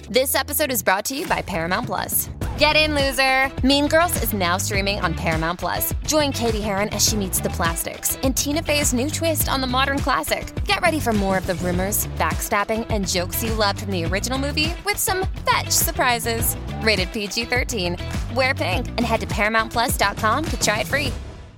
This episode is brought to you by Paramount Plus. Get in, loser! Mean Girls is now streaming on Paramount Plus. Join Katie Heron as she meets the plastics in Tina Fey's new twist on the modern classic. Get ready for more of the rumors, backstabbing, and jokes you loved from the original movie with some fetch surprises. Rated PG-13. Wear pink and head to ParamountPlus.com to try it free.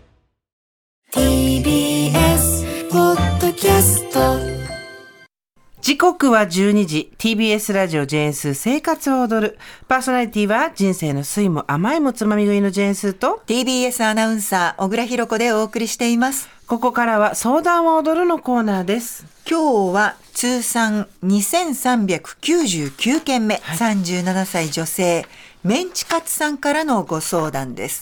TBS ポッドキャスト。 時刻は12時。 TBS ラジオジェーンスー生活を踊る。パーソナリティは人生の酸いも甘いもつまみ食いのジェーンスーと TBS アナウンサー小倉弘子でお送りしています。 ここからは相談を踊るのコーナーです。 今日は通算2399件目、37歳女性メンチカツさんからのご相談です。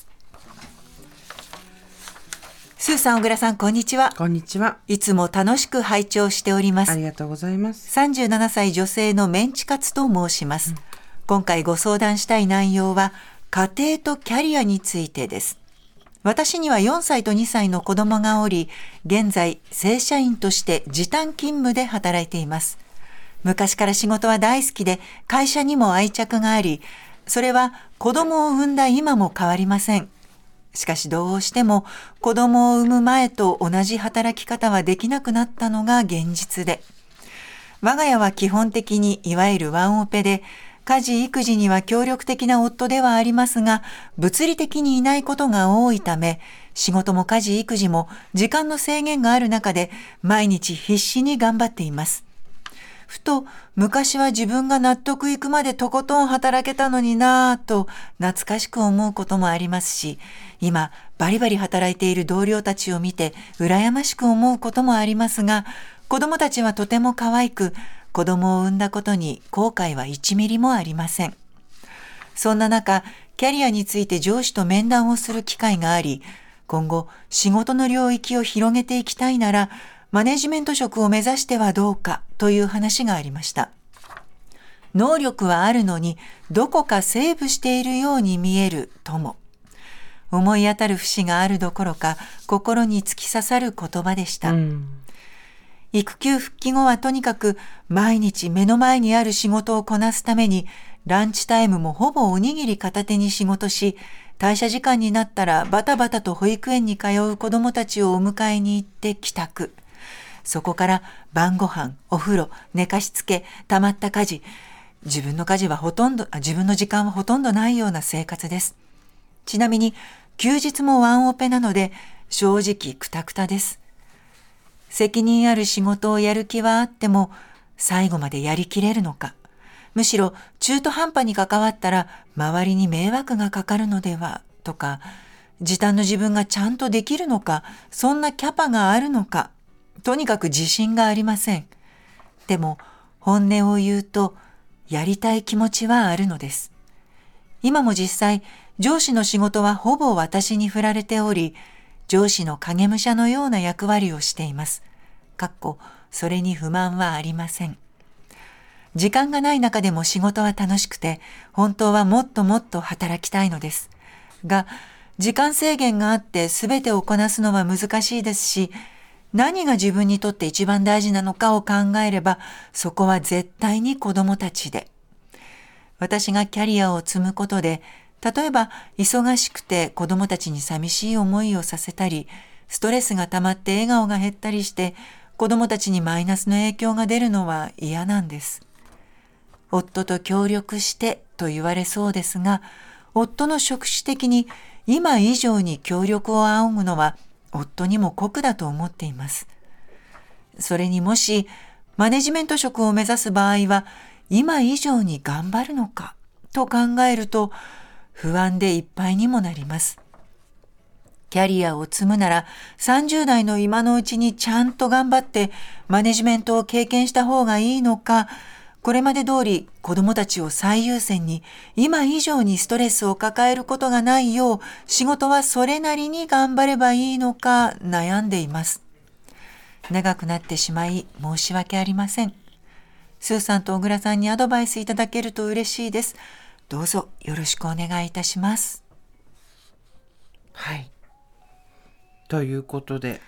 スーさん、小倉さん、こんにちは。 こんにちは。 いつも楽しく拝聴しております。 ありがとうございます。 37歳女性のメンチカツと申します。今回ご相談したい内容は家庭とキャリアについてです。私には4歳と2歳の子供がおり、現在正社員として時短勤務で働いています。昔から仕事は大好きで、会社にも愛着があり、それは子供を産んだ今も変わりません。しかしどうしても子供を産む前と同じ働き方はできなくなったのが現実で、我が家は基本的にいわゆるワンオペで、家事育児には協力的な夫ではありますが、物理的にいないことが多いため、仕事も家事育児も時間の制限がある中で毎日必死に頑張っています。ふと昔は自分が納得いくまでとことん働けたのになぁと懐かしく思うこともありますし、今バリバリ働いている同僚たちを見て羨ましく思うこともありますが、子供たちはとても可愛く、子供を産んだことに後悔は1ミリもありません。そんな中、キャリアについて上司と面談をする機会があり、今後仕事の領域を広げていきたいなら、マネジメント職を目指してはどうかという話がありました。能力はあるのにどこかセーブしているように見えるとも。思い当たる節があるどころか心に突き刺さる言葉でした。育休復帰後はとにかく毎日目の前にある仕事をこなすために、ランチタイムもほぼおにぎり片手に仕事し、退社時間になったらバタバタと保育園に通う子どもたちをお迎えに行って帰宅。そこから晩ご飯、お風呂、寝かしつけ、たまった家事。自分の時間はほとんどないような生活です。ちなみに休日もワンオペなので正直クタクタです。責任ある仕事をやる気はあっても最後までやりきれるのか。むしろ中途半端に関わったら周りに迷惑がかかるのではとか、時短の自分がちゃんとできるのか、そんなキャパがあるのか、とにかく自信がありません。でも本音を言うとやりたい気持ちはあるのです。今も実際上司の仕事はほぼ私に振られており、上司の影武者のような役割をしています。それに不満はありません。時間がない中でも仕事は楽しくて、本当はもっともっと働きたいのです。が、時間制限があって全てをこなすのは難しいですし、何が自分にとって一番大事なのかを考えれば、そこは絶対に子供たちで。私がキャリアを積むことで、例えば忙しくて子供たちに寂しい思いをさせたり、ストレスが溜まって笑顔が減ったりして、子供たちにマイナスの影響が出るのは嫌なんです。夫と協力してと言われそうですが、夫の職種的に今以上に協力を仰ぐのは夫にも酷だと思っています。それにもしマネジメント職を目指す場合は今以上に頑張るのかと考えると不安でいっぱいにもなります。キャリアを積むなら30代の今のうちにちゃんと頑張ってマネジメントを経験した方がいいのか、これまで通り子どもたちを最優先に今以上にストレスを抱えることがないよう仕事はそれなりに頑張ればいいのか悩んでいます。長くなってしまい申し訳ありません。スーさんと小倉さんにアドバイスいただけると嬉しいです。どうぞよろしくお願いいたします。 はい。ということで。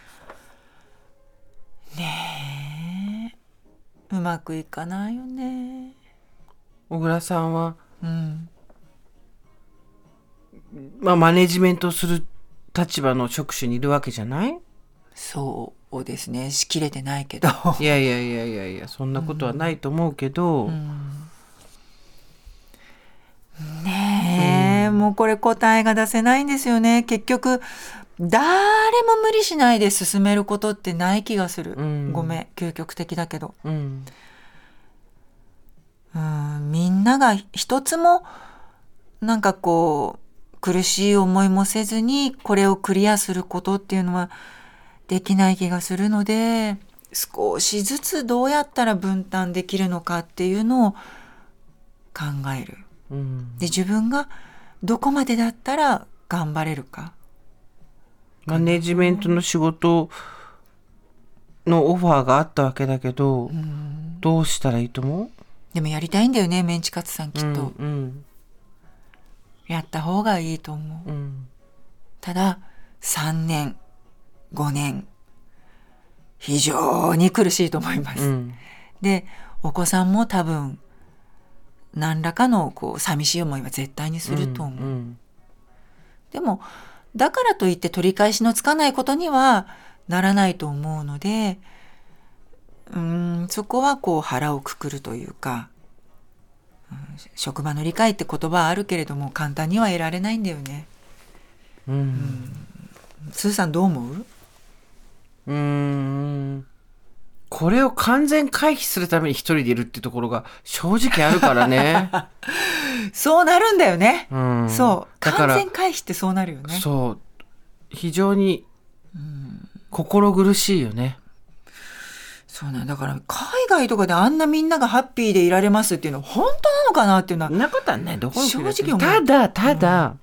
ねえ、うまくいかないよね。 小倉さんは、マネジメントする立場の職種にいるわけじゃない？ そうですね、しきれてないけどいやそんなことはないと思うけど、 ねえ、もうこれ答えが出せないんですよね。結局誰も無理しないで進めることってない気がする、ごめん究極的だけど、みんなが一つもなんかこう苦しい思いもせずにこれをクリアすることっていうのはできない気がするので、少しずつどうやったら分担できるのかっていうのを考える、で自分がどこまでだったら頑張れるか。 マネジメントの仕事のオファーがあったわけだけど、どうしたらいいと思う？ でもやりたいんだよね、メンチカツさんきっと、やった方がいいと思う、ただ3年5年非常に苦しいと思います、でお子さんも多分何らかのこう寂しい思いは絶対にすると思う、でもだからといって取り返しのつかないことにはならないと思うので、そこはこう腹をくくるというか、職場の理解って言葉はあるけれども簡単には得られないんだよね。スーさんどう思う？ これを完全回避するために一人でいるっていうところが正直あるからね。 そうなるんだよね、そうだから完全回避ってそうなるよね。 そう非常に心苦しいよね。 そうなんだから、海外とかであんなみんながハッピーでいられますっていうのは本当なのかなっていうのはそんなことはない、どこに正直思う。 ただ、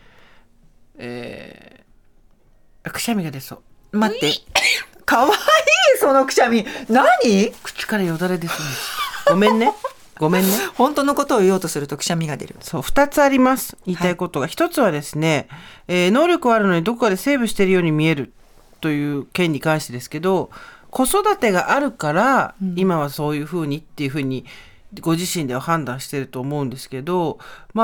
くしゃみが出そう。 待ってかわいいそのくしゃみ何？ 口からよだれ出そうです。ごめんね本当のことを言おうとするとくしゃみが出る。 そう2つあります、言いたいことが。1つはですね、能力はあるのにどこかでセーブしているように見えるという件に関してですけど、子育てがあるから、今はそういうふうにっていうふうにご自身では判断してると思うんですけど、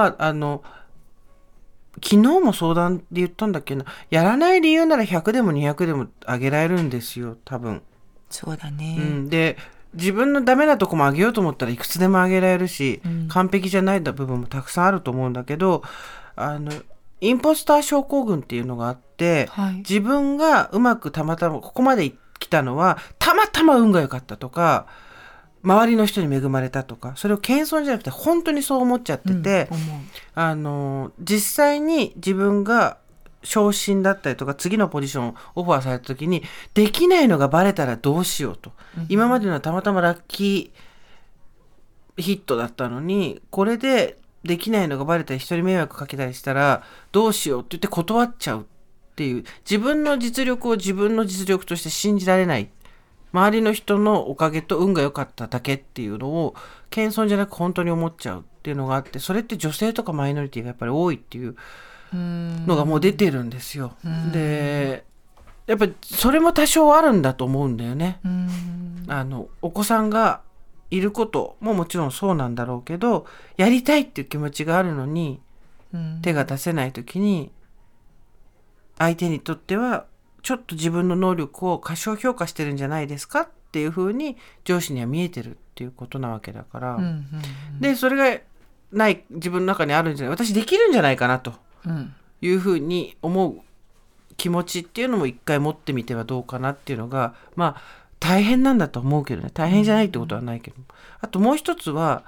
昨日も相談で言ったんだっけな、やらない理由なら100でも200でもあげられるんですよ多分。 そうだね、 で自分のダメなとこもあげようと思ったらいくつでもあげられるし、完璧じゃない部分もたくさんあると思うんだけど、インポスター症候群っていうのがあって、自分がうまくたまたまここまで来たのはたまたま運が良かったとか、周りの人に恵まれたとか、それを謙遜じゃなくて本当にそう思っちゃってて、実際に自分が昇進だったりとか次のポジションをオファーされた時にできないのがバレたらどうしようと、今までのはたまたまラッキーヒットだったのに、これでできないのがバレたり人に迷惑かけたりしたらどうしようって言って断っちゃうっていう、自分の実力を自分の実力として信じられない、周りの人のおかげと運が良かっただけっていうのを謙遜じゃなく本当に思っちゃうっていうのがあって、それって女性とかマイノリティがやっぱり多いっていうのがもう出てるんですよ。でやっぱりそれも多少あるんだと思うんだよね。お子さんがいることももちろんそうなんだろうけど、やりたいっていう気持ちがあるのに手が出せない時に、相手にとってはちょっと自分の能力を過小評価してるんじゃないですかっていう風に上司には見えてるっていうことなわけだから、でそれがない自分の中にあるんじゃない、私できるんじゃないかなという風に思う気持ちっていうのも一回持ってみてはどうかなっていうのが、大変なんだと思うけどね、大変じゃないってことはないけど、あともう一つは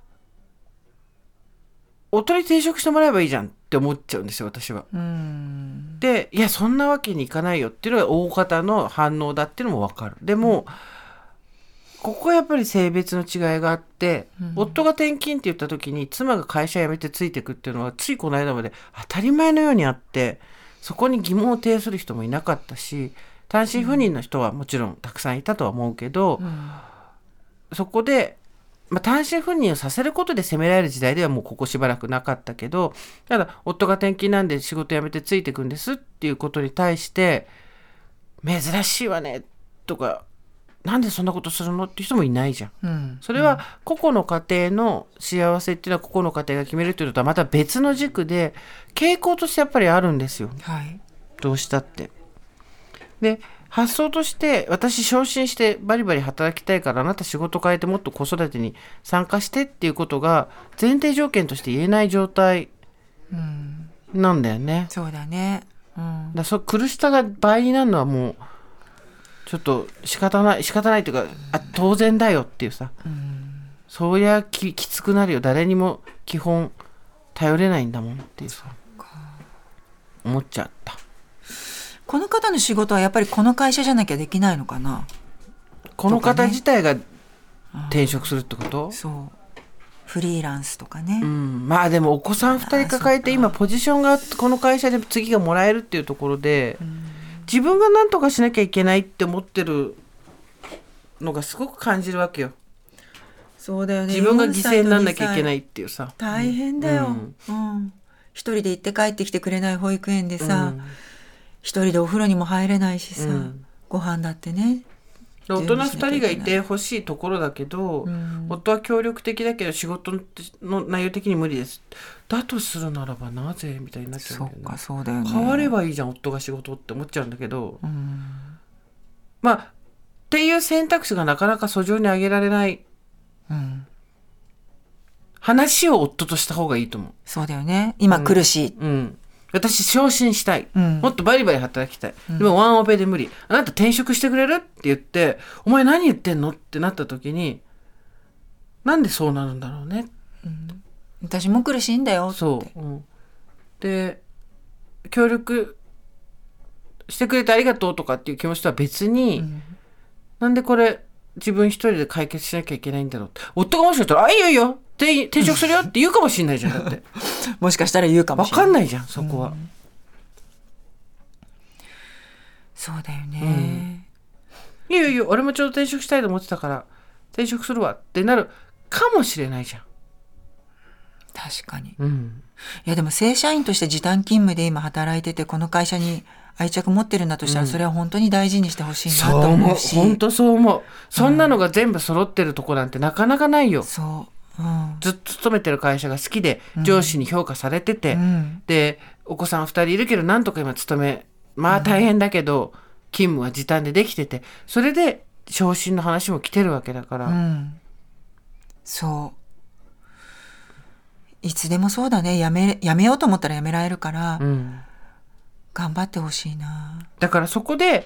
夫に転職してもらえばいいじゃんって思っちゃうんですよ私は。でいやそんなわけにいかないよっていうのが大方の反応だっていうのも分かる。でも、ここはやっぱり性別の違いがあって、夫が転勤って言った時に妻が会社辞めてついてくっていうのはついこの間まで当たり前のようにあって、そこに疑問を呈する人もいなかったし、単身赴任の人はもちろんたくさんいたとは思うけど、そこで単身赴任をさせることで責められる時代ではもうここしばらくなかったけど、ただ夫が転勤なんで仕事辞めてついてくんですっていうことに対して珍しいわねとかなんでそんなことするのって人もいないじゃん、 うん、 それは個々の家庭の幸せっていうのは個々の家庭が決めるっていうのとはまた別の軸で傾向としてやっぱりあるんですよ、 はい、 どうしたって。で発想として私昇進してバリバリ働きたいからあなた仕事変えてもっと子育てに参加してっていうことが前提条件として言えない状態なんだよね、 そうだね、 だ苦しさが倍になるのはもうちょっと仕方ないというか当然だよっていうさ、そりゃきつくなるよ、誰にも基本頼れないんだもんっていうさ思っちゃった。 この方の仕事はやっぱりこの会社じゃなきゃできないのかな。 この方自体が転職するってこと？ そうフリーランスとかね、 まあでもお子さん2人抱えて今ポジションがこの会社で次がもらえるっていうところで、自分が何とかしなきゃいけないって思ってるのがすごく感じるわけよ。 そうだよね、 自分が犠牲にならなきゃいけないっていうさ、 大変だよ、一人で行って帰ってきてくれない保育園でさ、一人でお風呂にも入れないしさ、ご飯だってね、 大人2人がいてほしいところだけど、夫は協力的だけど仕事の内容的に無理です。だとするならばなぜみたいになっちゃうんだよね。 そうだよね。 変わればいいじゃん夫が仕事って思っちゃうんだけど、まあっていう選択肢がなかなか訴状に挙げられない、話を夫とした方がいいと思う。 そうだよね、今苦しい、 私昇進したい、もっとバリバリ働きたい、でもワンオペで無理、あなた転職してくれるって言って、お前何言ってんのってなった時に、なんでそうなるんだろうね、 私も苦しいんだよって。 そう、で協力してくれてありがとうとかっていう気持ちとは別に、なんでこれ自分一人で解決しなきゃいけないんだろうって、夫がもしかしたらいいよいいよ転職するよって言うかもしれないじゃんだってもしかしたら言うかもしれない、 分かんないじゃんそこは、 そうだよね、 いやいや俺もちょうど転職したいと思ってたから転職するわってなるかもしれないじゃん。 確かに、いやでも正社員として時短勤務で今働いててこの会社に愛着持ってるんだとしたら、それは本当に大事にしてほしいなと思うし、 本当そう思う。そんなのが全部揃ってるとこなんてなかなかないよ。 そう、 ずっと勤めてる会社が好きで、上司に評価されてて、でお子さん2人いるけどなんとか今勤め、まあ大変だけど、勤務は時短でできてて、それで昇進の話も来てるわけだから、 そういつでもそうだね、やめようと思ったらやめられるから、頑張ってほしいな。 だからそこで、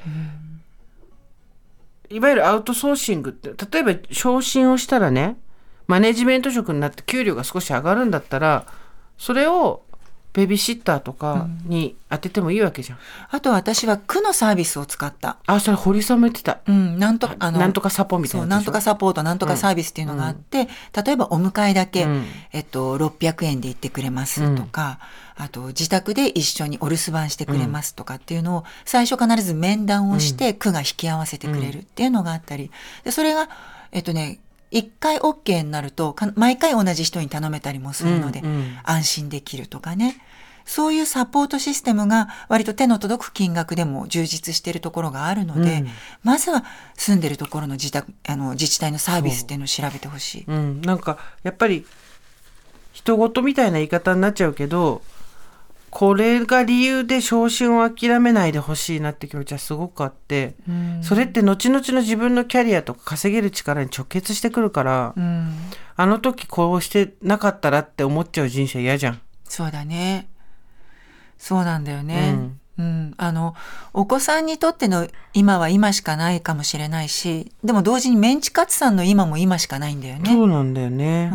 いわゆるアウトソーシングって、例えば昇進をしたらね、マネジメント職になって給料が少し上がるんだったら、それをベビーシッターとかに当ててもいいわけじゃん。 あと私は区のサービスを使った。 それ堀さんも言ってた。 なんとかサポみたいな。 なんとかサポート、なんとかサービスっていうのがあって、例えばお迎えだけ、600円で行ってくれますとか、あと自宅で一緒にお留守番してくれますとかっていうのを最初必ず面談をして区が引き合わせてくれるっていうのがあったり、でそれが1回 OK になると毎回同じ人に頼めたりもするので、安心できるとかね、そういうサポートシステムが割と手の届く金額でも充実しているところがあるので、まずは住んでるところの自治体のサービスっていうのを調べてほしい。 なんかやっぱり人事みたいな言い方になっちゃうけど、これが理由で昇進を諦めないでほしいなって気持ちはすごくあって、それって後々の自分のキャリアとか稼げる力に直結してくるから、あの時こうしてなかったらって思っちゃう人生嫌じゃん。 そうだね、そうなんだよね、お子さんにとっての今は今しかないかもしれないし、でも同時にメンチカツさんの今も今しかないんだよね。 そうなんだよね、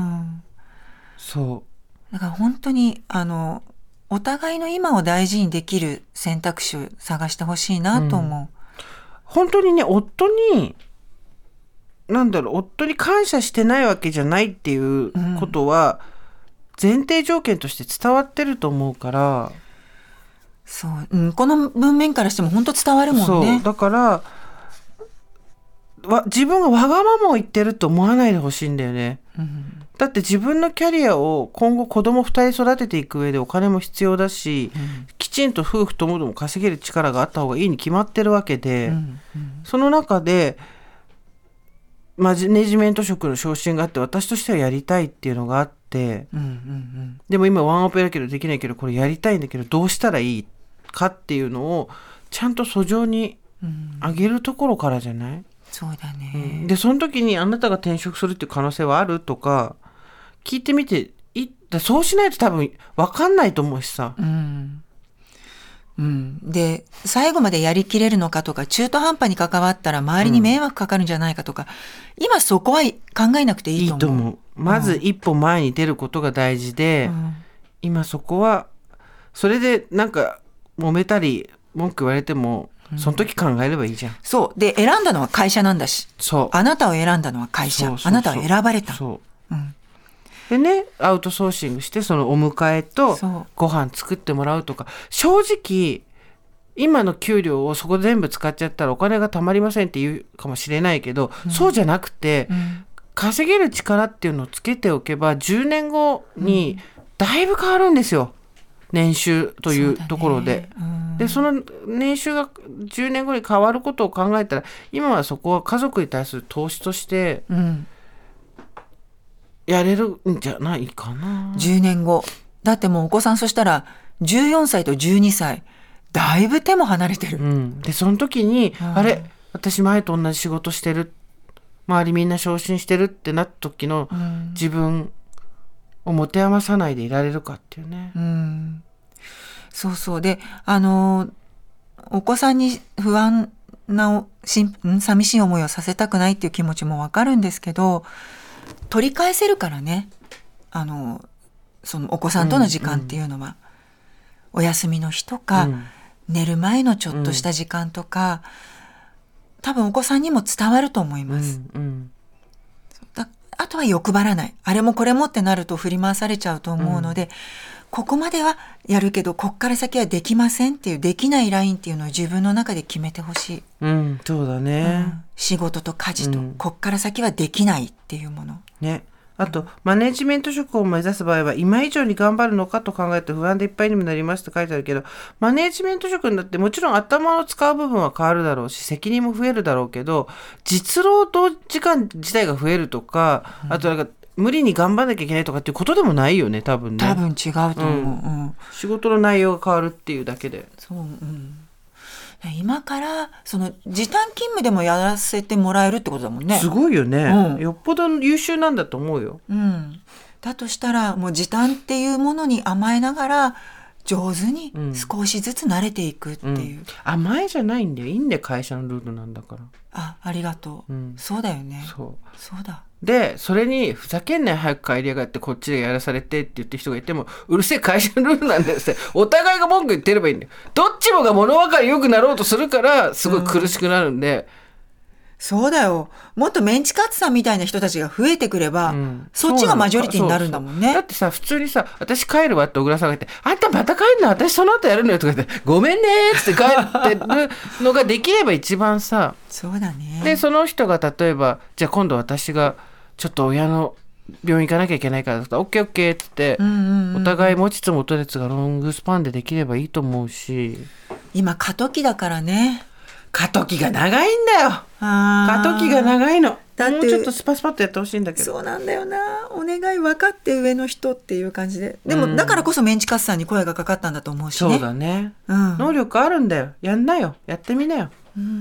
そうだから本当にお互いの今を大事にできる選択肢を探してほしいなと思う、 本当にね、夫に感謝してないわけじゃないっていうことは前提条件として伝わってると思うから、 そう、この文面からしても本当伝わるもんね。 そうだから自分がわがままを言ってると思わないでほしいんだよね、だって自分のキャリアを今後子供2人育てていく上でお金も必要だし、きちんと夫婦とも稼げる力があった方がいいに決まってるわけで、その中でマネジメント職の昇進があって、私としてはやりたいっていうのがあって、でも今ワンオペだけどできないけど、これやりたいんだけどどうしたらいいかっていうのをちゃんと訴状にあげるところからじゃない？ そうだね、 でその時にあなたが転職するっていう可能性はあるとか聞いてみてそうしないと多分分かんないと思うしさ、 で最後までやりきれるのかとか、中途半端に関わったら周りに迷惑かかるんじゃないかとか、今そこは考えなくていいと思う。 まず一歩前に出ることが大事で、今そこはそれでなんか揉めたり文句言われても、その時考えればいいじゃん。 そうで、選んだのは会社なんだし、 そうあなたを選んだのは会社、あなたは選ばれた。 でね、アウトソーシングしてそのお迎えとご飯作ってもらうとか、正直今の給料をそこ全部使っちゃったらお金が貯まりませんって言うかもしれないけど、そうじゃなくて、稼げる力っていうのをつけておけば10年後にだいぶ変わるんですよ、年収というところで。でその年収が10年後に変わることを考えたら、今はそこは家族に対する投資としてやれるんじゃないかな。 10年後だってもうお子さん、そしたら14歳と12歳だいぶ手も離れてる、 でその時に、あれ私前と同じ仕事してる、周りみんな昇進してるってなった時の自分を持て余さないでいられるかっていうね。 そうそう。でお子さんに不安な寂しい思いをさせたくないっていう気持ちもわかるんですけど、取り返せるからね、そのお子さんとの時間っていうのは、お休みの日とか、寝る前のちょっとした時間とか、多分お子さんにも伝わると思います、あとは欲張らない、あれもこれもってなると振り回されちゃうと思うので、ここまではやるけどこっから先はできませんっていう、できないラインっていうのを自分の中で決めてほしい。 そうだね、 仕事と家事と、こっから先はできないっていうものね。あとマネジメント職を目指す場合は、今以上に頑張るのかと考えて不安でいっぱいにもなりますって書いてあるけど、マネジメント職になってもちろん頭を使う部分は変わるだろうし、責任も増えるだろうけど、実労働時間自体が増えるとか、あとなんか無理に頑張らなきゃいけないとかっていうことでもないよね、多分ね。 多分違うと思う、 仕事の内容が変わるっていうだけで。 そう、今からその時短勤務でもやらせてもらえるってことだもんね。 すごいよね、よっぽど優秀なんだと思うよ。 だとしたらもう時短っていうものに甘えながら上手に少しずつ慣れていくっていう、 甘えじゃないんだよ、いいんだよ、会社のルールなんだから。 ありがとう、そうだよね。そうだ。 でそれにふざけんなよ早く帰りやがってこっちでやらされてって言ってる人がいても、うるせえ会社のルールなんだよってお互いが文句言ってればいいんだよ。どっちもが物分かり良くなろうとするからすごい苦しくなるんで、 そうだよ。もっとメンチカツさんみたいな人たちが増えてくれば、そっちがマジョリティになるんだもんね。 だってさ、普通にさ、私帰るわって小倉さんが言って、あんたまた帰るの私その後やるのよとか言って、ごめんねーって帰ってるのができれば一番さ。 そうだね。 でその人が例えば、じゃあ今度私がちょっと親の病院行かなきゃいけないから、オッケーオッケーって言って、お互い持ちつ持たれつがロングスパンでできればいいと思うし。 今過渡期だからね。 過渡期が長いんだよ。過渡期が長いの。 だってもうちょっとスパスパッとやってほしいんだけど。 そうなんだよな。お願い分かって上の人っていう感じで。でもだからこそメンチカツさんに声がかかったんだと思うしね。 そうだね、能力あるんだよ。やんなよ。やってみなよ。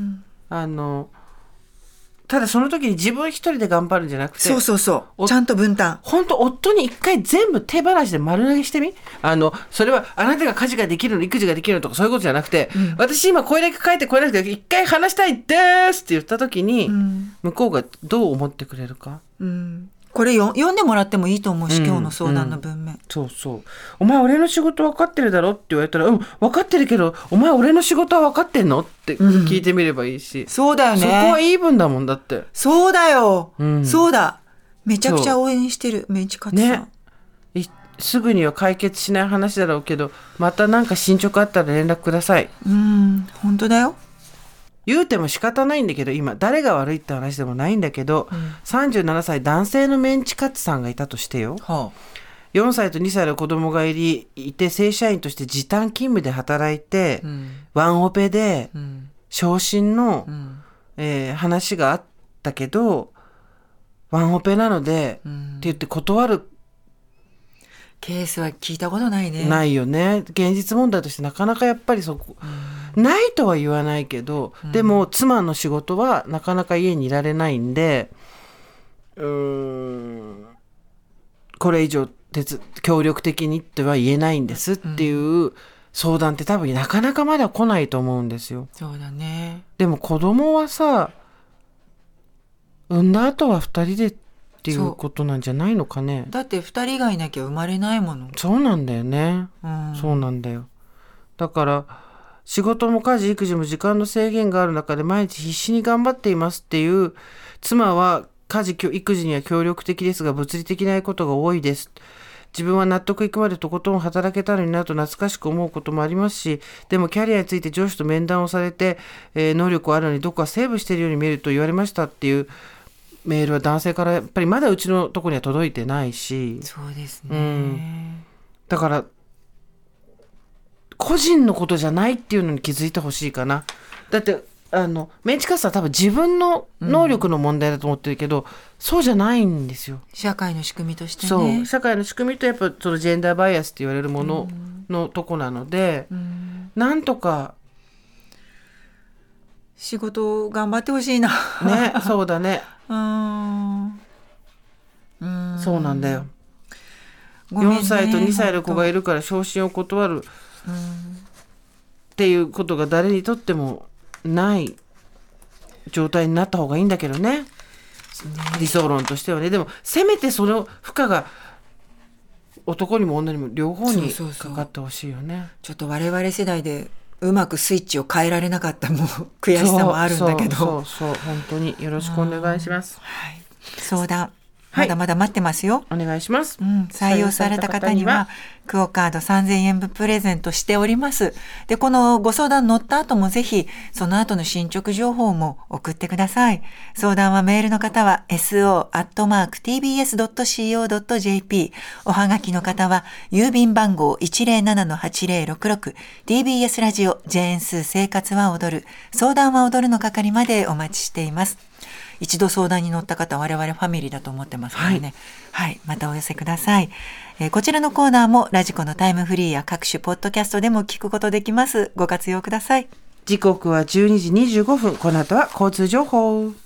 ただその時に自分一人で頑張るんじゃなくて、 そうちゃんと分担。 本当夫に一回全部手放しで丸投げしてみ。それはあなたが家事ができるの育児ができるのとかそういうことじゃなくて、私今これだけ書いてこれだけ一回話したいですって言った時に、向こうがどう思ってくれるか、 これ読んでもらってもいいと思うし、今日の相談の文面、 そうお前俺の仕事分かってるだろって言われたら、分かってるけどお前俺の仕事は分かってんのって聞いてみればいいし、 そうだよね。 そこはイーブンだもんだって。 そうだよ、そうだ。めちゃくちゃ応援してるメンチカツさん、 ね、すぐには解決しない話だろうけど、またなんか進捗あったら連絡ください。 本当だよ。 言うても仕方ないんだけど、今誰が悪いって話でもないんだけど、37歳男性のメンチカツさんがいたとしてよ、4歳と2歳の子供がいて正社員として時短勤務で働いて、ワンオペで昇進の、話があったけど、 ワンオペなので、って言って断るケースは聞いたことないね。 ないよね。現実問題としてなかなかやっぱりそこ、ないとは言わないけど、でも妻の仕事はなかなか家にいられないんで、これ以上協力的にっては言えないんですっていう相談って多分なかなかまだ来ないと思うんですよ。 そうだね。 でも子供はさ、産んだ後は2人でっていうことなんじゃないのかね。 だって2人がいなきゃ生まれないもの。 そうなんだよね、そうなんだよ。だから仕事も家事育児も時間の制限がある中で毎日必死に頑張っていますっていう妻は、家事育児には協力的ですが物理的なことが多いです。自分は納得いくまでとことん働けたのになと懐かしく思うこともありますし、でもキャリアについて上司と面談をされて、能力はあるのにどこかセーブしているように見えると言われましたっていうメールは男性からやっぱりまだうちのとこには届いてないし。 そうですね、 だから個人のことじゃないっていうのに気づいてほしいかな。だってメンチカツは多分自分の能力の問題だと思ってるけど、そうじゃないんですよ。 社会の仕組みとしてね。 そう、社会の仕組みとやっぱそのジェンダーバイアスって言われるもののとこなので、なんとか仕事頑張ってほしいなね。そうだね。そうなんだよ。4歳と2歳の子がいるから昇進を断るっていうことが誰にとってもない状態になった方がいいんだけどね、理想論としてはね。でもせめてその負荷が男にも女にも両方にかかってほしいよね。 ちょっと我々世代でうまくスイッチを変えられなかったもう悔しさもあるんだけど、 そう本当によろしくお願いします。 相談まだまだ待ってますよ。 お願いします。 採用された方にはクオカード3000円分プレゼントしております。で、このご相談乗った後もぜひその後の進捗情報も送ってください。相談はメールの方は so@tbs.co.jp、 おはがきの方は郵便番号 107-8066 TBS ラジオジェーンスー生活は踊る、相談は踊るの係までお待ちしています。一度相談に乗った方、我々ファミリーだと思ってますからね。はい、またお寄せください。こちらのコーナーもラジコのタイムフリーや各種ポッドキャストでも聞くことできます。ご活用ください。 時刻は12時25分。この後は交通情報。